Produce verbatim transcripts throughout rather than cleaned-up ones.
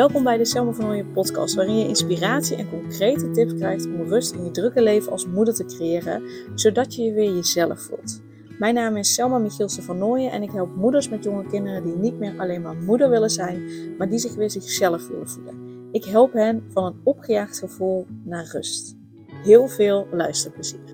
Welkom bij de Selma van Nooijen podcast, waarin je inspiratie en concrete tips krijgt om rust in je drukke leven als moeder te creëren, zodat je je weer jezelf voelt. Mijn naam is Selma Michielse van Nooijen en ik help moeders met jonge kinderen die niet meer alleen maar moeder willen zijn, maar die zich weer zichzelf willen voelen. Ik help hen van een opgejaagd gevoel naar rust. Heel veel luisterplezier.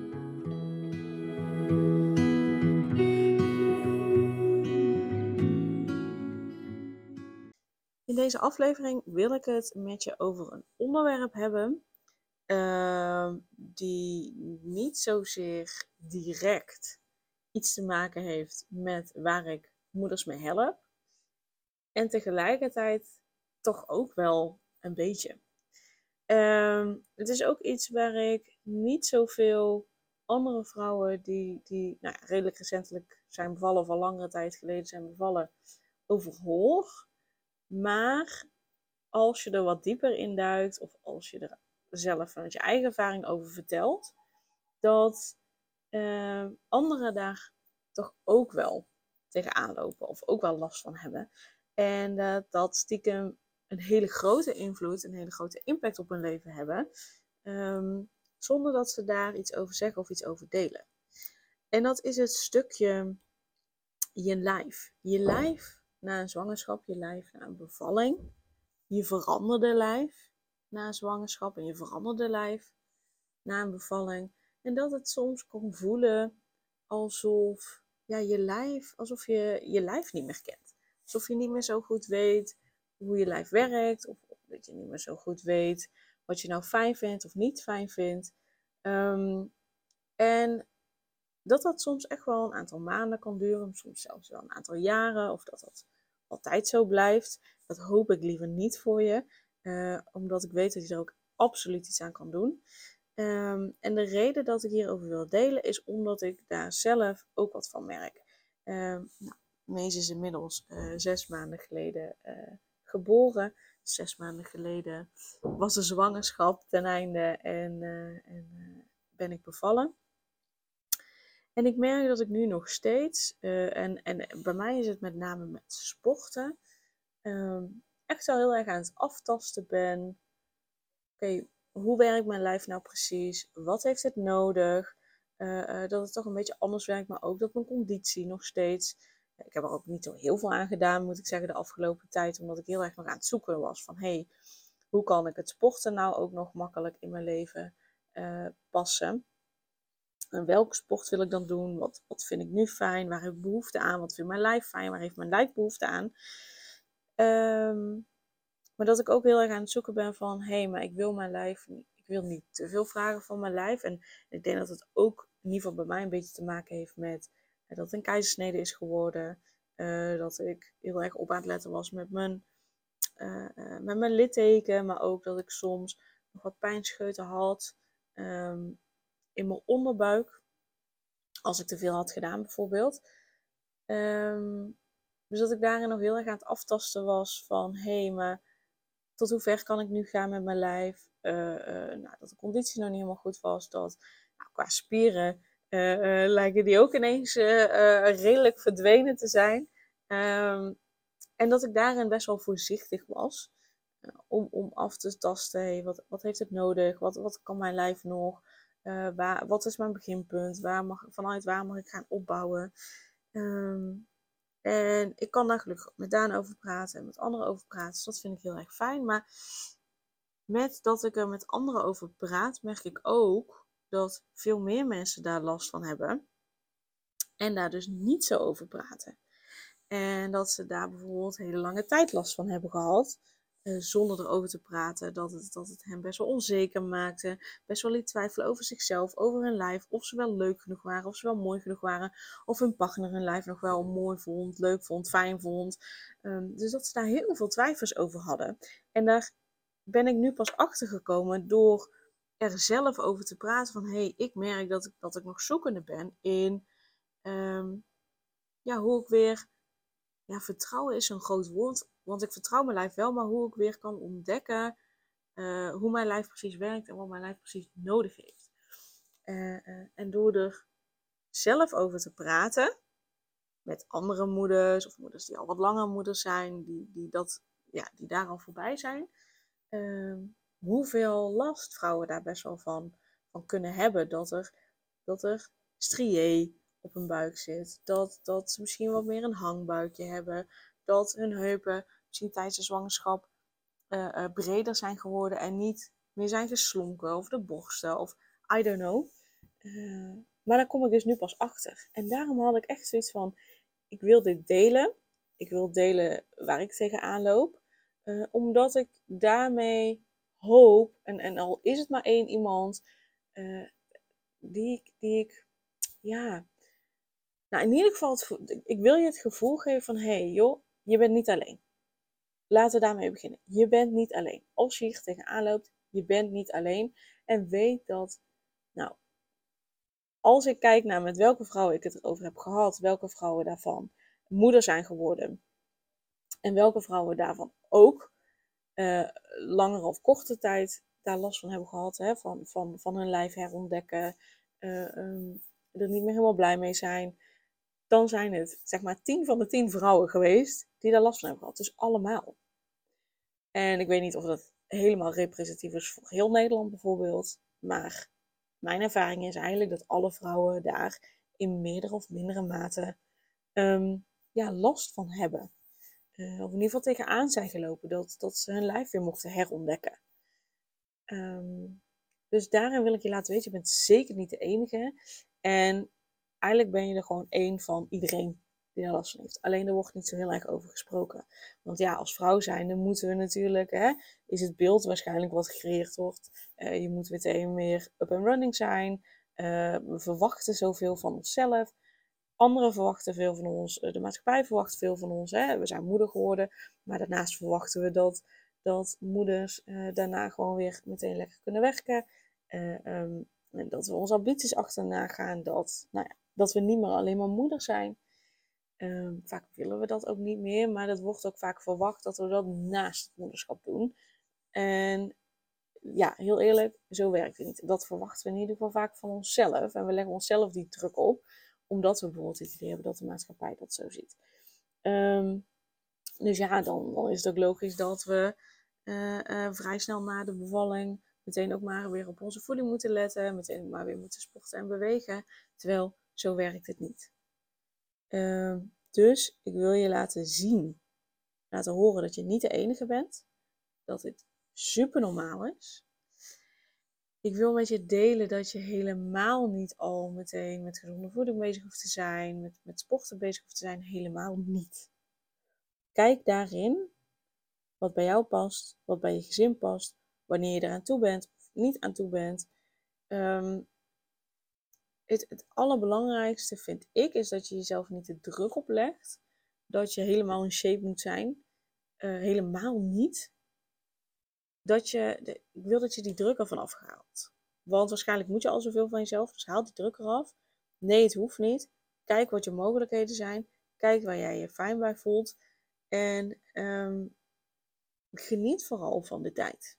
In deze aflevering wil ik het met je over een onderwerp hebben uh, die niet zozeer direct iets te maken heeft met waar ik moeders mee help. En tegelijkertijd toch ook wel een beetje. Uh, het is ook iets waar ik niet zoveel andere vrouwen die, die nou ja, redelijk recentelijk zijn bevallen of al langere tijd geleden zijn bevallen over hoor. Maar als je er wat dieper in duikt, of als je er zelf vanuit je eigen ervaring over vertelt, dat uh, anderen daar toch ook wel tegenaan lopen, of ook wel last van hebben. En uh, dat stiekem een hele grote invloed, een hele grote impact op hun leven hebben, um, zonder dat ze daar iets over zeggen of iets over delen. En dat is het stukje je lijf. Je lijf na een zwangerschap, je lijf na een bevalling, je veranderde lijf na een zwangerschap en je veranderde lijf na een bevalling. En dat het soms kan voelen alsof ja, je lijf, alsof je je lijf niet meer kent. Alsof je niet meer zo goed weet hoe je lijf werkt, of, of dat je niet meer zo goed weet wat je nou fijn vindt of niet fijn vindt. Um, en dat dat soms echt wel een aantal maanden kan duren, soms zelfs wel een aantal jaren, of dat dat altijd zo blijft. Dat hoop ik liever niet voor je, uh, omdat ik weet dat je er ook absoluut iets aan kan doen. Um, en de reden dat ik hierover wil delen is omdat ik daar zelf ook wat van merk. Um, nou, Mees is inmiddels uh, zes maanden geleden uh, geboren. Zes maanden geleden was de zwangerschap ten einde en, uh, en uh, ben ik bevallen. En ik merk dat ik nu nog steeds, uh, en, en bij mij is het met name met sporten, um, echt al heel erg aan het aftasten ben. Oké, okay, hoe werkt mijn lijf nou precies? Wat heeft het nodig? Uh, uh, dat het toch een beetje anders werkt, maar ook dat mijn conditie nog steeds. Ik heb er ook niet zo heel veel aan gedaan, moet ik zeggen, de afgelopen tijd. Omdat ik heel erg nog aan het zoeken was van, hé, hey, hoe kan ik het sporten nou ook nog makkelijk in mijn leven uh, passen? En welke sport wil ik dan doen? Wat, wat vind ik nu fijn? Waar heb ik behoefte aan? Wat vindt mijn lijf fijn? Waar heeft mijn lijf behoefte aan? Um, maar dat ik ook heel erg aan het zoeken ben van... hé, hey, maar ik wil mijn lijf... Ik wil niet te veel vragen van mijn lijf. En ik denk dat het ook in ieder geval bij mij een beetje te maken heeft met... Uh, dat het een keizersnede is geworden. Uh, dat ik heel erg op aan het letten was met mijn, uh, uh, met mijn litteken. Maar ook dat ik soms nog wat pijnscheuten had... Um, in mijn onderbuik, als ik te veel had gedaan bijvoorbeeld. Um, dus dat ik daarin nog heel erg aan het aftasten was van, hé, hey, maar tot hoe ver kan ik nu gaan met mijn lijf? Uh, uh, nou, dat de conditie nog niet helemaal goed was, dat nou, qua spieren uh, uh, lijken die ook ineens uh, uh, redelijk verdwenen te zijn. Um, en dat ik daarin best wel voorzichtig was, uh, om, om af te tasten, hey, wat, wat heeft het nodig? Wat, wat kan mijn lijf nog? Uh, waar, wat is mijn beginpunt? Waar mag, vanuit waar mag ik gaan opbouwen? Um, en ik kan daar gelukkig met Daan over praten en met anderen over praten. Dus dat vind ik heel erg fijn. Maar met dat ik er met anderen over praat, merk ik ook dat veel meer mensen daar last van hebben. En daar dus niet zo over praten. En dat ze daar bijvoorbeeld hele lange tijd last van hebben gehad. Uh, zonder erover te praten, dat het, dat het hen best wel onzeker maakte. Best wel liet twijfelen over zichzelf, over hun lijf. Of ze wel leuk genoeg waren, of ze wel mooi genoeg waren. Of hun partner hun lijf nog wel mooi vond, leuk vond, fijn vond. Um, dus dat ze daar heel veel twijfels over hadden. En daar ben ik nu pas achter gekomen door er zelf over te praten. Van, hé, hey, ik merk dat ik, dat ik nog zoekende ben in um, ja, hoe ik weer... Ja, vertrouwen is een groot woord, want ik vertrouw mijn lijf wel, maar hoe ik weer kan ontdekken uh, hoe mijn lijf precies werkt en wat mijn lijf precies nodig heeft. Uh, uh, en door er zelf over te praten met andere moeders of moeders die al wat langer moeders zijn, die, die dat ja, die daar al voorbij zijn, uh, hoeveel last vrouwen daar best wel van, van kunnen hebben. Dat er, dat er strié op hun buik zit. Dat, dat ze misschien wat meer een hangbuikje hebben. Dat hun heupen misschien tijdens de zwangerschap uh, uh, breder zijn geworden en niet meer zijn geslonken. Of de borsten, of I don't know. Uh, maar daar kom ik dus nu pas achter. En daarom had ik echt zoiets van, ik wil dit delen. Ik wil delen waar ik tegenaan loop. Uh, omdat ik daarmee hoop, en, en al is het maar één iemand, uh, die, die ik, ja... Nou, in ieder geval, het, ik wil je het gevoel geven van, hé hey, joh, je bent niet alleen. Laten we daarmee beginnen. Je bent niet alleen. Als je hier tegenaan loopt, je bent niet alleen. En weet dat, nou, als ik kijk naar met welke vrouwen ik het erover heb gehad, welke vrouwen daarvan moeder zijn geworden, en welke vrouwen daarvan ook uh, langere of korte tijd daar last van hebben gehad, hè, van, van, van hun lijf herontdekken, uh, um, er niet meer helemaal blij mee zijn, dan zijn het zeg maar tien van de tien vrouwen geweest die daar last van hebben gehad. Dus allemaal. En ik weet niet of dat helemaal representatief is voor heel Nederland bijvoorbeeld, maar mijn ervaring is eigenlijk dat alle vrouwen daar in meerdere of mindere mate um, ja, last van hebben. Uh, of in ieder geval tegenaan zijn gelopen, dat, dat ze hun lijf weer mochten herontdekken. Um, dus daarin wil ik je laten weten, je bent zeker niet de enige. En eigenlijk ben je er gewoon één van iedereen die er last van heeft. Alleen er wordt niet zo heel erg over gesproken. Want ja, als vrouw zijnde moeten we natuurlijk, hè, is het beeld waarschijnlijk wat gecreëerd wordt. Uh, je moet meteen meer up and running zijn. Uh, we verwachten zoveel van onszelf. Anderen verwachten veel van ons. De maatschappij verwacht veel van ons. Hè. We zijn moeder geworden. Maar daarnaast verwachten we dat, dat moeders uh, daarna gewoon weer meteen lekker kunnen werken. Uh, um, en dat we onze ambities achterna gaan. Dat, nou ja, dat we niet meer alleen maar moeder zijn. Um, vaak willen we dat ook niet meer. Maar dat wordt ook vaak verwacht dat we dat naast het moederschap doen. En ja, heel eerlijk, zo werkt het niet. Dat verwachten we in ieder geval vaak van onszelf. En we leggen onszelf die druk op. Omdat we bijvoorbeeld het idee hebben dat de maatschappij dat zo ziet. Um, dus ja, dan, dan is het ook logisch dat we uh, uh, vrij snel na de bevalling meteen ook maar weer op onze voeding moeten letten. Meteen maar weer moeten sporten en bewegen. Terwijl, zo werkt het niet. Uh, dus ik wil je laten zien, laten horen dat je niet de enige bent. Dat dit super normaal is. Ik wil met je delen dat je helemaal niet al meteen met gezonde voeding bezig hoeft te zijn, met, met sporten bezig hoeft te zijn, helemaal niet. Kijk daarin wat bij jou past, wat bij je gezin past, wanneer je eraan toe bent of niet aan toe bent. Um, het, het allerbelangrijkste vind ik is dat je jezelf niet de druk oplegt, dat je helemaal in shape moet zijn. Uh, helemaal niet. Dat je, de, ik wil dat je die druk ervan afhaalt. Want waarschijnlijk moet je al zoveel van jezelf, dus haal die druk eraf. Nee, het hoeft niet. Kijk wat je mogelijkheden zijn. Kijk waar jij je fijn bij voelt. En um, geniet vooral van de tijd.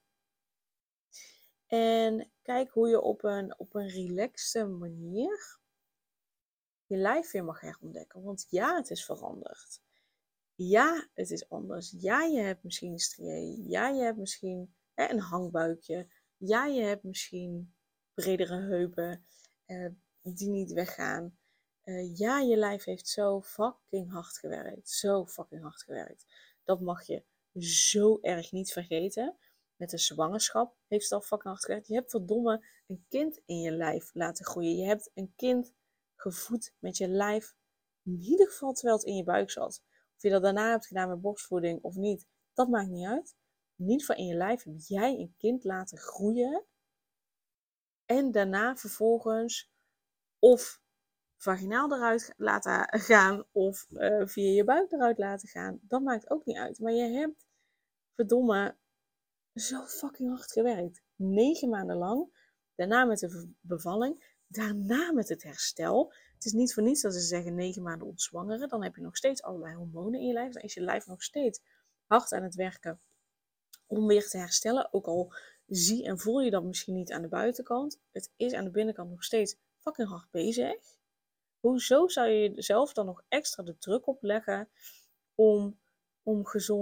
En kijk hoe je op een, op een relaxte manier je lijf weer mag herontdekken. Want ja, het is veranderd. Ja, het is anders. Ja, je hebt misschien strié. Ja, je hebt misschien hè, een hangbuikje. Ja, je hebt misschien bredere heupen uh, die niet weggaan. Uh, ja, je lijf heeft zo fucking hard gewerkt. Zo fucking hard gewerkt. Dat mag je zo erg niet vergeten. Met de zwangerschap heeft het al fucking hard gewerkt. Je hebt verdomme een kind in je lijf laten groeien. Je hebt een kind gevoed met je lijf. In ieder geval terwijl het in je buik zat. Of je dat daarna hebt gedaan met borstvoeding of niet, dat maakt niet uit. In ieder geval in je lijf heb jij een kind laten groeien. En daarna vervolgens of vaginaal eruit laten gaan of uh, via je buik eruit laten gaan. Dat maakt ook niet uit. Maar je hebt, verdomme, zo fucking hard gewerkt. Negen maanden lang. Daarna met de bevalling. Daarna met het herstel. Het is niet voor niets dat ze zeggen negen maanden ontzwangeren. Dan heb je nog steeds allerlei hormonen in je lijf. Dan is je lijf nog steeds hard aan het werken om weer te herstellen. Ook al zie en voel je dat misschien niet aan de buitenkant. Het is aan de binnenkant nog steeds fucking hard bezig. Hoezo zou je jezelf dan nog extra de druk opleggen om, om gezond,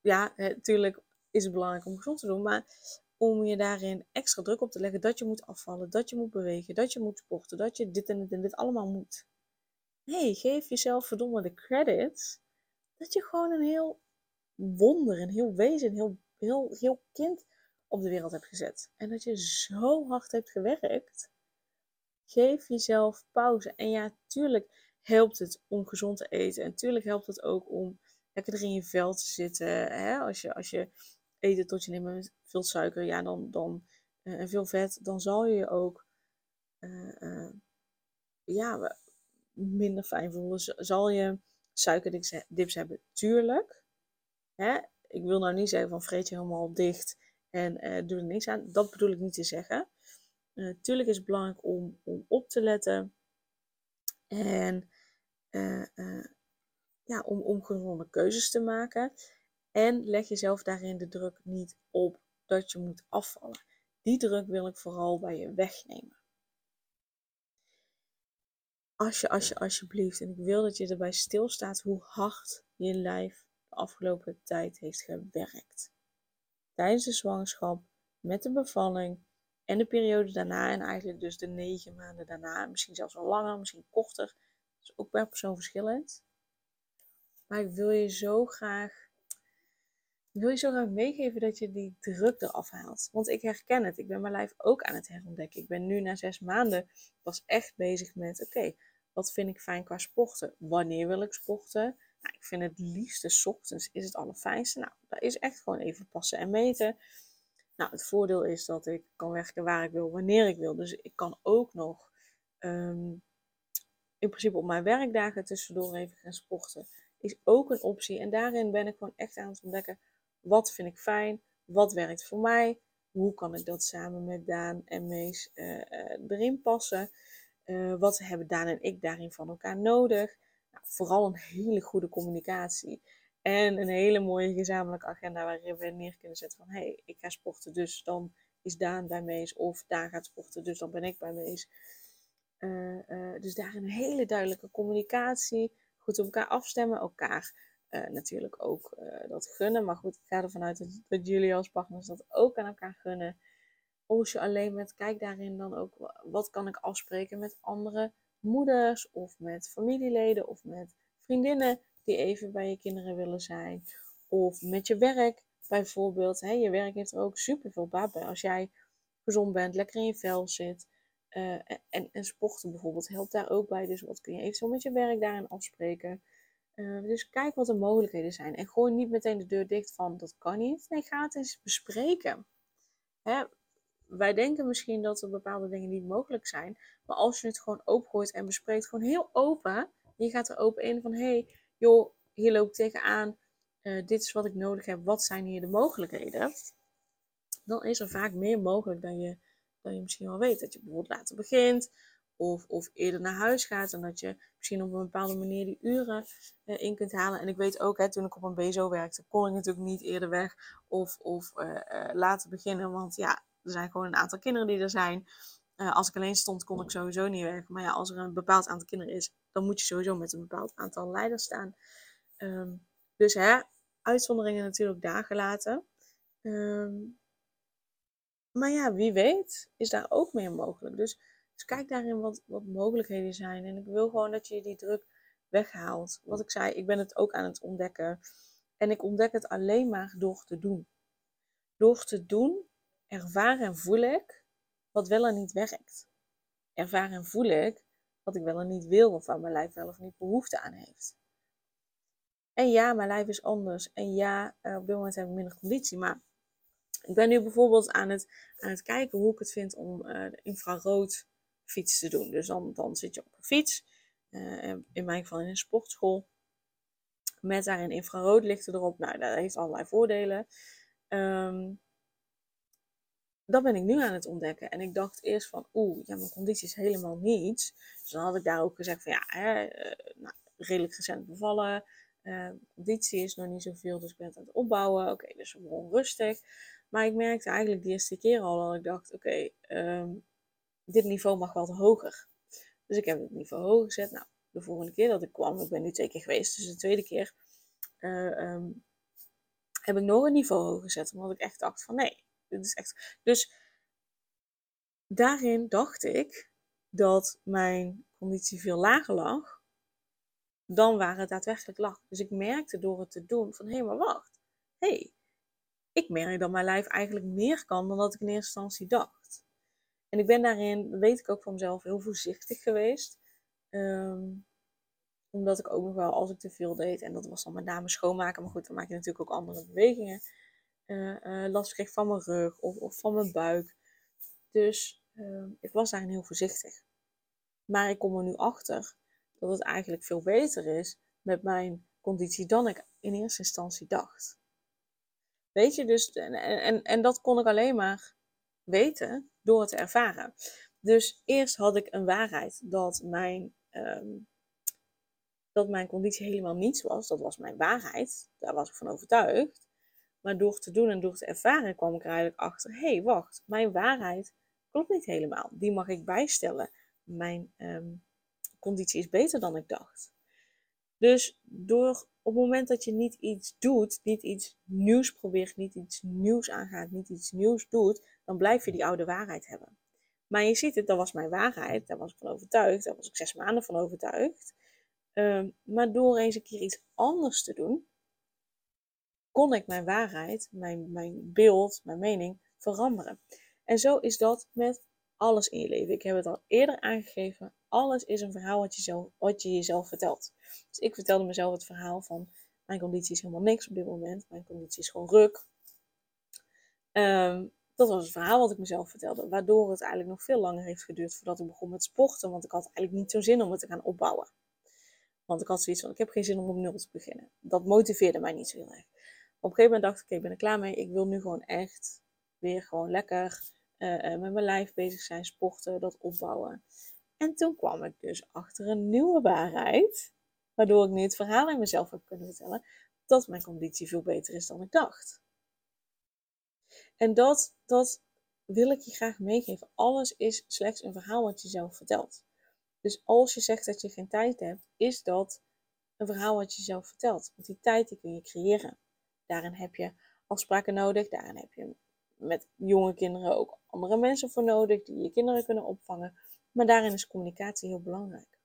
ja, natuurlijk is het belangrijk om gezond te doen, maar om je daarin extra druk op te leggen dat je moet afvallen, dat je moet bewegen, dat je moet sporten, dat je dit en dit en dit allemaal moet. Nee, geef jezelf verdomme de credits dat je gewoon een heel wonder, een heel wezen, een heel, heel, heel kind op de wereld hebt gezet. En dat je zo hard hebt gewerkt. Geef jezelf pauze. En ja, tuurlijk helpt het om gezond te eten. En tuurlijk helpt het ook om lekker er in je vel te zitten. Hè? Als je, als je eten tot je neemt met veel suiker, ja, dan, dan, uh, en veel vet, dan zal je je ook uh, uh, ja, minder fijn voelen. Zal je suikerdips hebben? Tuurlijk. Hè? Ik wil nou niet zeggen van vreet je helemaal dicht en uh, doe er niks aan. Dat bedoel ik niet te zeggen. Uh, tuurlijk is het belangrijk om, om op te letten. En uh, uh, ja, om, om gezonde keuzes te maken. En leg jezelf daarin de druk niet op dat je moet afvallen. Die druk wil ik vooral bij je wegnemen. Als je, als je alsjeblieft, en ik wil dat je erbij stilstaat hoe hard je lijf de afgelopen tijd heeft gewerkt. Tijdens de zwangerschap, met de bevalling en de periode daarna en eigenlijk dus de negen maanden daarna. Misschien zelfs wel langer, misschien korter. Dat is ook per persoon verschillend. Maar ik wil je zo graag, ik wil je zo graag meegeven dat je die druk eraf haalt. Want ik herken het. Ik ben mijn lijf ook aan het herontdekken. Ik ben nu na zes maanden pas echt bezig met, oké, okay, wat vind ik fijn qua sporten? Wanneer wil ik sporten? Nou, ik vind het liefste 's ochtends is het allerfijnste. Nou, dat is echt gewoon even passen en meten. Nou, het voordeel is dat ik kan werken waar ik wil, wanneer ik wil. Dus ik kan ook nog um, in principe op mijn werkdagen tussendoor even gaan sporten. Is ook een optie. En daarin ben ik gewoon echt aan het ontdekken, wat vind ik fijn? Wat werkt voor mij? Hoe kan ik dat samen met Daan en Mees uh, uh, erin passen? Uh, wat hebben Daan en ik daarin van elkaar nodig? Nou, vooral een hele goede communicatie. En een hele mooie gezamenlijke agenda waarin we neer kunnen zetten van, hé, hey, ik ga sporten, dus dan is Daan bij Mees. Of Daan gaat sporten, dus dan ben ik bij Mees. Uh, uh, dus daarin een hele duidelijke communicatie. Goed op elkaar afstemmen, elkaar uh, natuurlijk ook uh, dat gunnen. Maar goed, ik ga ervan uit dat, dat jullie als partners dat ook aan elkaar gunnen. Als je alleen met, kijk daarin dan ook, wat kan ik afspreken met andere moeders of met familieleden of met vriendinnen die even bij je kinderen willen zijn. Of met je werk bijvoorbeeld. Hè, je werk heeft er ook super veel baat bij. Als jij gezond bent, lekker in je vel zit. Uh, en, en sporten bijvoorbeeld helpt daar ook bij. Dus wat kun je eventueel met je werk daarin afspreken. Uh, dus kijk wat de mogelijkheden zijn. En gooi niet meteen de deur dicht van dat kan niet. Nee, ga het eens bespreken. Hè? Wij denken misschien dat er bepaalde dingen niet mogelijk zijn. Maar als je het gewoon opengooit en bespreekt, gewoon heel open. Je gaat er open in van, hé, hey, joh, hier loop ik tegenaan. Uh, dit is wat ik nodig heb. Wat zijn hier de mogelijkheden? Dan is er vaak meer mogelijk dan je, dan je misschien wel weet. Dat je bijvoorbeeld later begint. Of, of eerder naar huis gaat. En dat je misschien op een bepaalde manier die uren uh, in kunt halen. En ik weet ook, hè, toen ik op een B S O werkte, kon ik natuurlijk niet eerder weg. Of, of uh, uh, later beginnen. Want ja, er zijn gewoon een aantal kinderen die er zijn. Uh, als ik alleen stond, kon ik sowieso niet werken. Maar ja, als er een bepaald aantal kinderen is, dan moet je sowieso met een bepaald aantal leiders staan. Um, dus hè, uitzonderingen natuurlijk daar gelaten. Um, maar ja, wie weet is daar ook meer mogelijk. Dus, dus kijk daarin wat, wat mogelijkheden zijn. En ik wil gewoon dat je die druk weghaalt. Wat ik zei, ik ben het ook aan het ontdekken. En ik ontdek het alleen maar door te doen. Door te doen, ervaar en voel ik wat wel en niet werkt. Ervaar en voel ik wat ik wel en niet wil. Of waar mijn lijf wel of niet behoefte aan heeft. En ja, mijn lijf is anders. En ja, op dit moment heb ik minder conditie. Maar ik ben nu bijvoorbeeld aan het, aan het kijken hoe ik het vind om uh, de infrarood fiets te doen. Dus dan, dan zit je op een fiets. Uh, in mijn geval in een sportschool. Met daarin infraroodlichten erop. Nou, dat heeft allerlei voordelen. Um, dat ben ik nu aan het ontdekken. En ik dacht eerst van, oeh, ja, mijn conditie is helemaal niets. Dus dan had ik daar ook gezegd van, ja, hè, uh, nou, redelijk recent bevallen. Uh, conditie is nog niet zoveel, dus ik ben het aan het opbouwen. Oké, okay, dus gewoon rustig. Maar ik merkte eigenlijk de eerste keer al dat ik dacht, oké, okay, um, dit niveau mag wat hoger. Dus ik heb het niveau hoger gezet. Nou, de volgende keer dat ik kwam, ik ben nu twee keer geweest, dus de tweede keer uh, um, heb ik nog een niveau hoger gezet. Omdat ik echt dacht van nee, dit is echt... Dus daarin dacht ik dat mijn conditie veel lager lag dan waar het daadwerkelijk lag. Dus ik merkte door het te doen van hé, hey, maar wacht. Hé, hey, ik merk dat mijn lijf eigenlijk meer kan dan dat ik in eerste instantie dacht. En ik ben daarin, dat weet ik ook van mezelf, heel voorzichtig geweest. Um, omdat ik ook nog wel, als ik te veel deed, en dat was dan met name schoonmaken, maar goed, dan maak je natuurlijk ook andere bewegingen, uh, uh, last kreeg van mijn rug of, of van mijn buik. Dus uh, ik was daarin heel voorzichtig. Maar ik kom er nu achter dat het eigenlijk veel beter is met mijn conditie dan ik in eerste instantie dacht. Weet je, dus, en, en, en dat kon ik alleen maar weten door het te ervaren. Dus eerst had ik een waarheid dat mijn, um, dat mijn conditie helemaal niets was. Dat was mijn waarheid. Daar was ik van overtuigd. Maar door te doen en door te ervaren kwam ik er eigenlijk achter. Hé, hey, wacht. Mijn waarheid klopt niet helemaal. Die mag ik bijstellen. Mijn um, conditie is beter dan ik dacht. Dus door op het moment dat je niet iets doet, niet iets nieuws probeert, niet iets nieuws aangaat, niet iets nieuws doet, dan blijf je die oude waarheid hebben. Maar je ziet het, dat was mijn waarheid, daar was ik van overtuigd, daar was ik zes maanden van overtuigd. Um, maar door eens een keer iets anders te doen, kon ik mijn waarheid, mijn, mijn beeld, mijn mening veranderen. En zo is dat met alles in je leven. Ik heb het al eerder aangegeven. Alles is een verhaal wat je, zelf, wat je jezelf vertelt. Dus ik vertelde mezelf het verhaal van mijn conditie is helemaal niks op dit moment. Mijn conditie is gewoon ruk. Um, dat was het verhaal wat ik mezelf vertelde. Waardoor het eigenlijk nog veel langer heeft geduurd voordat ik begon met sporten. Want ik had eigenlijk niet zo'n zin om het te gaan opbouwen. Want ik had zoiets van, ik heb geen zin om op nul te beginnen. Dat motiveerde mij niet zo heel erg. Op een gegeven moment dacht ik, oké, ik ben er klaar mee. Ik wil nu gewoon echt weer gewoon lekker uh, uh, met mijn lijf bezig zijn, sporten, dat opbouwen. En toen kwam ik dus achter een nieuwe waarheid, waardoor ik nu het verhaal aan mezelf heb kunnen vertellen, dat mijn conditie veel beter is dan ik dacht. En dat, dat wil ik je graag meegeven. Alles is slechts een verhaal wat je zelf vertelt. Dus als je zegt dat je geen tijd hebt, is dat een verhaal wat je zelf vertelt. Want die tijd die kun je creëren. Daarin heb je afspraken nodig. Daarin heb je met jonge kinderen ook andere mensen voor nodig die je kinderen kunnen opvangen. Maar daarin is communicatie heel belangrijk.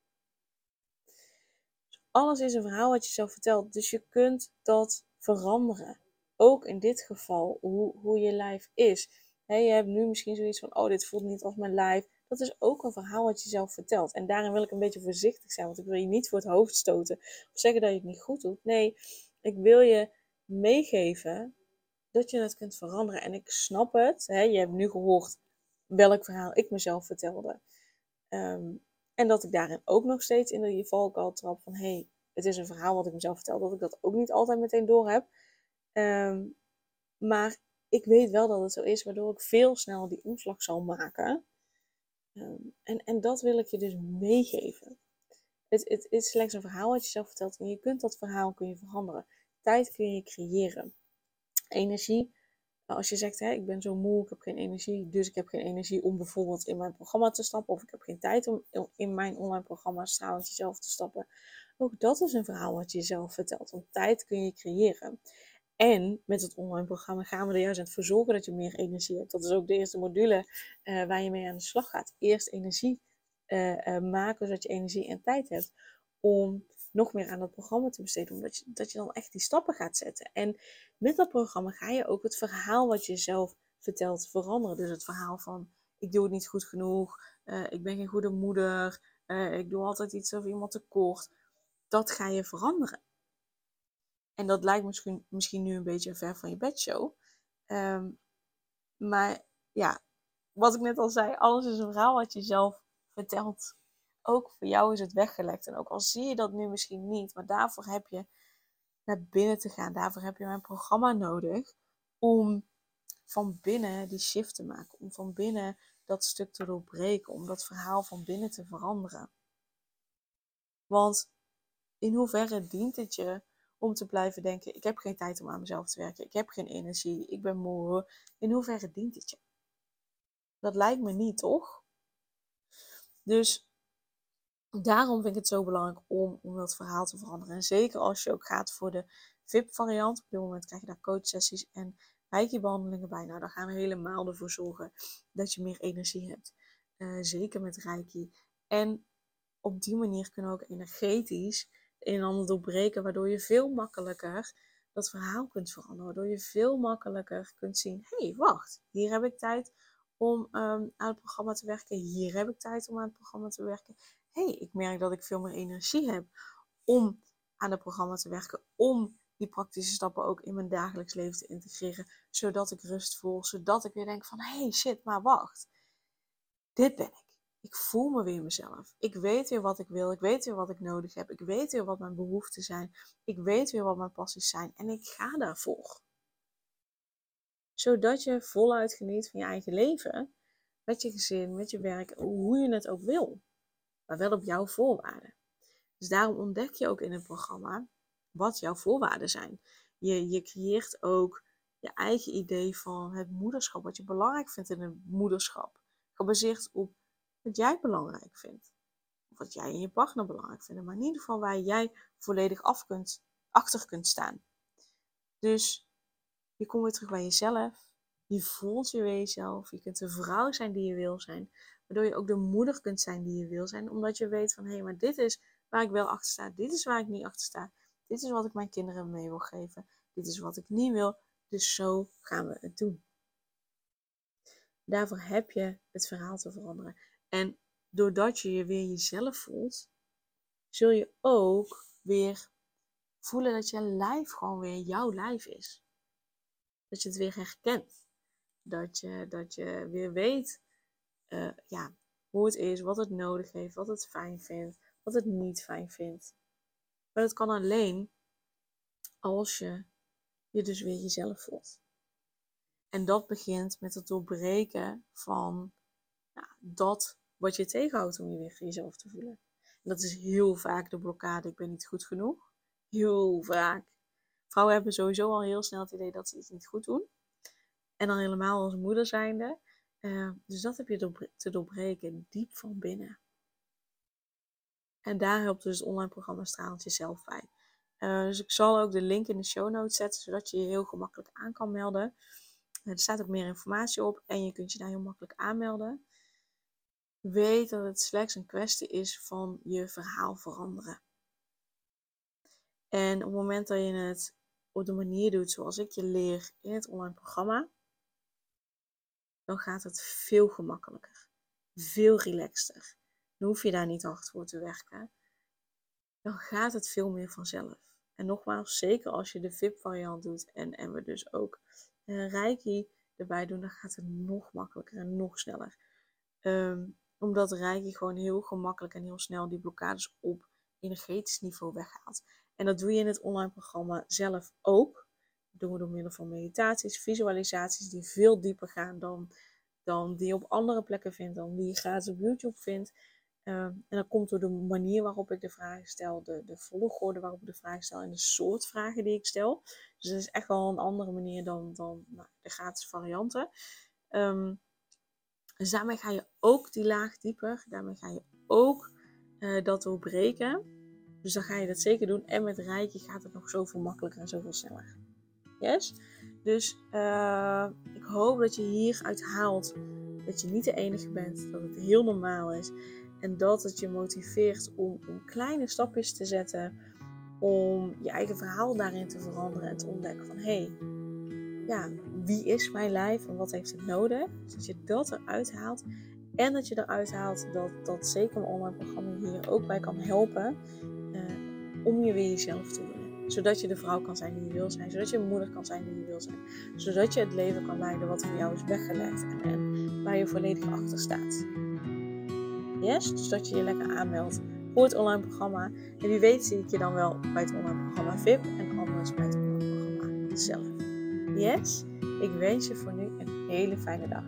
Dus alles is een verhaal wat je zelf vertelt. Dus je kunt dat veranderen. Ook in dit geval, hoe, hoe je lijf is. He, je hebt nu misschien zoiets van, oh, dit voelt niet als mijn lijf. Dat is ook een verhaal wat je zelf vertelt. En daarin wil ik een beetje voorzichtig zijn. Want ik wil je niet voor het hoofd stoten. Of zeggen dat je het niet goed doet. Nee, ik wil je meegeven dat je het kunt veranderen. En ik snap het. Hè, je hebt nu gehoord welk verhaal ik mezelf vertelde. Um, en dat ik daarin ook nog steeds in die valkuil trap van... hé, hey, het is een verhaal wat ik mezelf vertel. Dat ik dat ook niet altijd meteen door heb. Um, maar ik weet wel dat het zo is. Waardoor ik veel sneller die omslag zal maken... Um, en, en dat wil ik je dus meegeven. Het, het is slechts een verhaal wat je zelf vertelt. En je kunt dat verhaal kun je veranderen. Tijd kun je creëren. Energie. Als je zegt, hè, ik ben zo moe, ik heb geen energie. Dus ik heb geen energie om bijvoorbeeld in mijn programma te stappen. Of ik heb geen tijd om in mijn online programma Stralend Jezelf te stappen. Ook dat is een verhaal wat je jezelf vertelt. Want tijd kun je creëren. En met het online programma gaan we er juist aan voor zorgen dat je meer energie hebt. Dat is ook de eerste module uh, waar je mee aan de slag gaat. Eerst energie uh, uh, maken, zodat je energie en tijd hebt om nog meer aan dat programma te besteden. Omdat je, dat je dan echt die stappen gaat zetten. En met dat programma ga je ook het verhaal wat je zelf vertelt veranderen. Dus het verhaal van, ik doe het niet goed genoeg. Uh, ik ben geen goede moeder. Uh, ik doe altijd iets over iemand tekort. Dat ga je veranderen. En dat lijkt misschien, misschien nu een beetje ver van je bedshow. Um, maar ja, wat ik net al zei, alles is een verhaal wat je zelf vertelt. Ook voor jou is het weggelegd. En ook al zie je dat nu misschien niet, maar daarvoor heb je naar binnen te gaan. Daarvoor heb je mijn programma nodig om van binnen die shift te maken. Om van binnen dat stuk te doorbreken. Om dat verhaal van binnen te veranderen. Want in hoeverre dient het je om te blijven denken, ik heb geen tijd om aan mezelf te werken. Ik heb geen energie. Ik ben moe. In hoeverre dient het je? Dat lijkt me niet, toch? Dus daarom vind ik het zo belangrijk om, om dat verhaal te veranderen. En zeker als je ook gaat voor de V I P variant. Op dit moment krijg je daar coachsessies en Reiki-behandelingen bij. Nou, daar gaan we helemaal ervoor zorgen dat je meer energie hebt. Uh, zeker met Reiki. En op die manier kunnen we ook energetisch het een en ander doorbreken, waardoor je veel makkelijker dat verhaal kunt veranderen. Waardoor je veel makkelijker kunt zien, hé, hey, wacht, hier heb ik tijd om um, aan het programma te werken. Hier heb ik tijd om aan het programma te werken. Hé, hey, ik merk dat ik veel meer energie heb om aan het programma te werken. Om die praktische stappen ook in mijn dagelijks leven te integreren. Zodat ik rust voel. Zodat ik weer denk van, hé, hey, shit, maar wacht. Dit ben ik. Ik voel me weer mezelf. Ik weet weer wat ik wil. Ik weet weer wat ik nodig heb. Ik weet weer wat mijn behoeften zijn. Ik weet weer wat mijn passies zijn. En ik ga daarvoor. Zodat je voluit geniet van je eigen leven. Met je gezin, met je werk. Hoe je het ook wil. Maar wel op jouw voorwaarden. Dus daarom ontdek je ook in het programma wat jouw voorwaarden zijn. Je, je creëert ook je eigen idee van het moederschap. Wat je belangrijk vindt in het moederschap. Gebaseerd op wat jij belangrijk vindt. Of wat jij en je partner belangrijk vinden. Maar in ieder geval waar jij volledig af kunt, achter kunt staan. Dus je komt weer terug bij jezelf. Je voelt je weer jezelf. Je kunt de vrouw zijn die je wil zijn. Waardoor je ook de moeder kunt zijn die je wil zijn. Omdat je weet van, hé, hey, maar dit is waar ik wel achter sta. Dit is waar ik niet achter sta. Dit is wat ik mijn kinderen mee wil geven. Dit is wat ik niet wil. Dus zo gaan we het doen. Daarvoor heb je het verhaal te veranderen. En doordat je je weer jezelf voelt, zul je ook weer voelen dat je lijf gewoon weer jouw lijf is. Dat je het weer herkent. Dat je, dat je weer weet uh, ja, hoe het is, wat het nodig heeft, wat het fijn vindt, wat het niet fijn vindt. Maar dat kan alleen als je je dus weer jezelf voelt. En dat begint met het doorbreken van nou, dat wat je tegenhoudt om je weer jezelf te voelen. En dat is heel vaak de blokkade, ik ben niet goed genoeg. Heel vaak. Vrouwen hebben sowieso al heel snel het idee dat ze iets niet goed doen. En dan helemaal als moeder zijnde. Uh, dus dat heb je te doorbreken, diep van binnen. En daar helpt dus het online programma Stralend Jezelf bij. Uh, dus ik zal ook de link in de show notes zetten, zodat je je heel gemakkelijk aan kan melden. Er staat ook meer informatie op en je kunt je daar heel makkelijk aanmelden. Weet dat het slechts een kwestie is van je verhaal veranderen. En op het moment dat je het op de manier doet zoals ik je leer in het online programma, dan gaat het veel gemakkelijker. Veel relaxter. Dan hoef je daar niet hard voor te werken. Dan gaat het veel meer vanzelf. En nogmaals, zeker als je de V I P variant doet en, en we dus ook uh, Reiki erbij doen, dan gaat het nog makkelijker en nog sneller. Um, omdat Reiki gewoon heel gemakkelijk en heel snel die blokkades op energetisch niveau weghaalt. En dat doe je in het online programma zelf ook. Dat doen we door middel van meditaties, visualisaties die veel dieper gaan dan, dan die je op andere plekken vindt, dan die je gratis op YouTube vindt. Uh, en dat komt door de manier waarop ik de vragen stel, de, de volgorde waarop ik de vragen stel en de soort vragen die ik stel. Dus dat is echt wel een andere manier dan, dan nou, de gratis varianten. Um, dus daarmee ga je ook die laag dieper, daarmee ga je ook uh, dat doorbreken. Dus dan ga je dat zeker doen. En met Reiki gaat het nog zoveel makkelijker en zoveel sneller. Yes? Dus uh, ik hoop dat je hieruit haalt dat je niet de enige bent. Dat het heel normaal is. En dat het je motiveert om, om kleine stapjes te zetten. Om je eigen verhaal daarin te veranderen. En te ontdekken van, hé, hey, ja, wie is mijn lijf en wat heeft het nodig? Dus dat je dat eruit haalt. En dat je eruit haalt dat, dat zeker mijn online programma hier ook bij kan helpen. Uh, om je weer jezelf te voelen. Zodat je de vrouw kan zijn die je wil zijn. Zodat je een moeder kan zijn die je wil zijn. Zodat je het leven kan leiden wat voor jou is weggelegd. En, en waar je volledig achter staat. Yes? Dus dat je je lekker aanmeldt voor het online programma. En wie weet zie ik je dan wel bij het online programma V I P. En anders bij het online programma zelf. Yes? Ik wens je voor nu een hele fijne dag.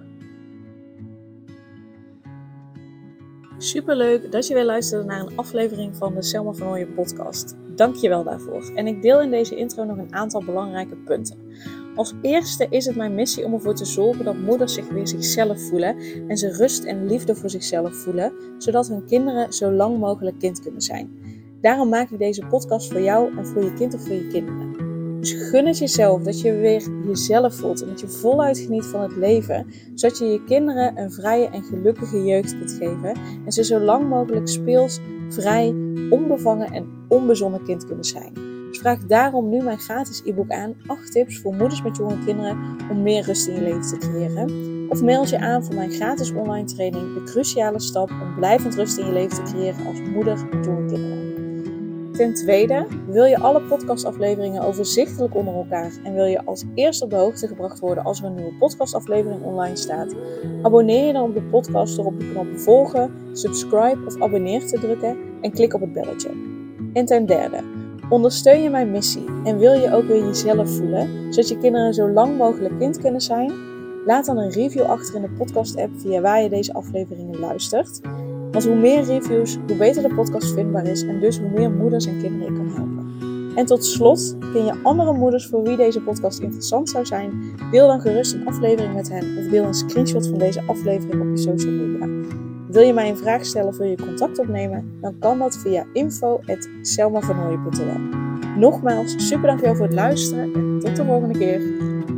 Superleuk dat je weer luisterde naar een aflevering van de Selma van Ooyen podcast. Dank je wel daarvoor. En ik deel in deze intro nog een aantal belangrijke punten. Als eerste is het mijn missie om ervoor te zorgen dat moeders zich weer zichzelf voelen en ze rust en liefde voor zichzelf voelen, zodat hun kinderen zo lang mogelijk kind kunnen zijn. Daarom maak ik deze podcast voor jou en voor je kind of voor je kinderen. Dus gun het jezelf dat je weer jezelf voelt en dat je voluit geniet van het leven, zodat je je kinderen een vrije en gelukkige jeugd kunt geven en ze zo lang mogelijk speels, vrij, onbevangen en onbezonnen kind kunnen zijn. Dus vraag daarom nu mijn gratis e-book aan, acht tips voor moeders met jonge kinderen om meer rust in je leven te creëren. Of mail je aan voor mijn gratis online training, de cruciale stap om blijvend rust in je leven te creëren als moeder met jonge kinderen. Ten tweede, wil je alle podcastafleveringen overzichtelijk onder elkaar en wil je als eerste op de hoogte gebracht worden als er een nieuwe podcastaflevering online staat? Abonneer je dan op de podcast door op de knop volgen, subscribe of abonneer te drukken en klik op het belletje. En ten derde, ondersteun je mijn missie en wil je ook weer jezelf voelen, zodat je kinderen zo lang mogelijk kind kunnen zijn? Laat dan een review achter in de podcast app via waar je deze afleveringen luistert. Want hoe meer reviews, hoe beter de podcast vindbaar is en dus hoe meer moeders en kinderen ik kan helpen. En tot slot, ken je andere moeders voor wie deze podcast interessant zou zijn? Deel dan gerust een aflevering met hen of deel een screenshot van deze aflevering op je social media. Wil je mij een vraag stellen of wil je contact opnemen? Dan kan dat via info at selma van hooyen punt n l. Nogmaals, super dankjewel voor het luisteren en tot de volgende keer.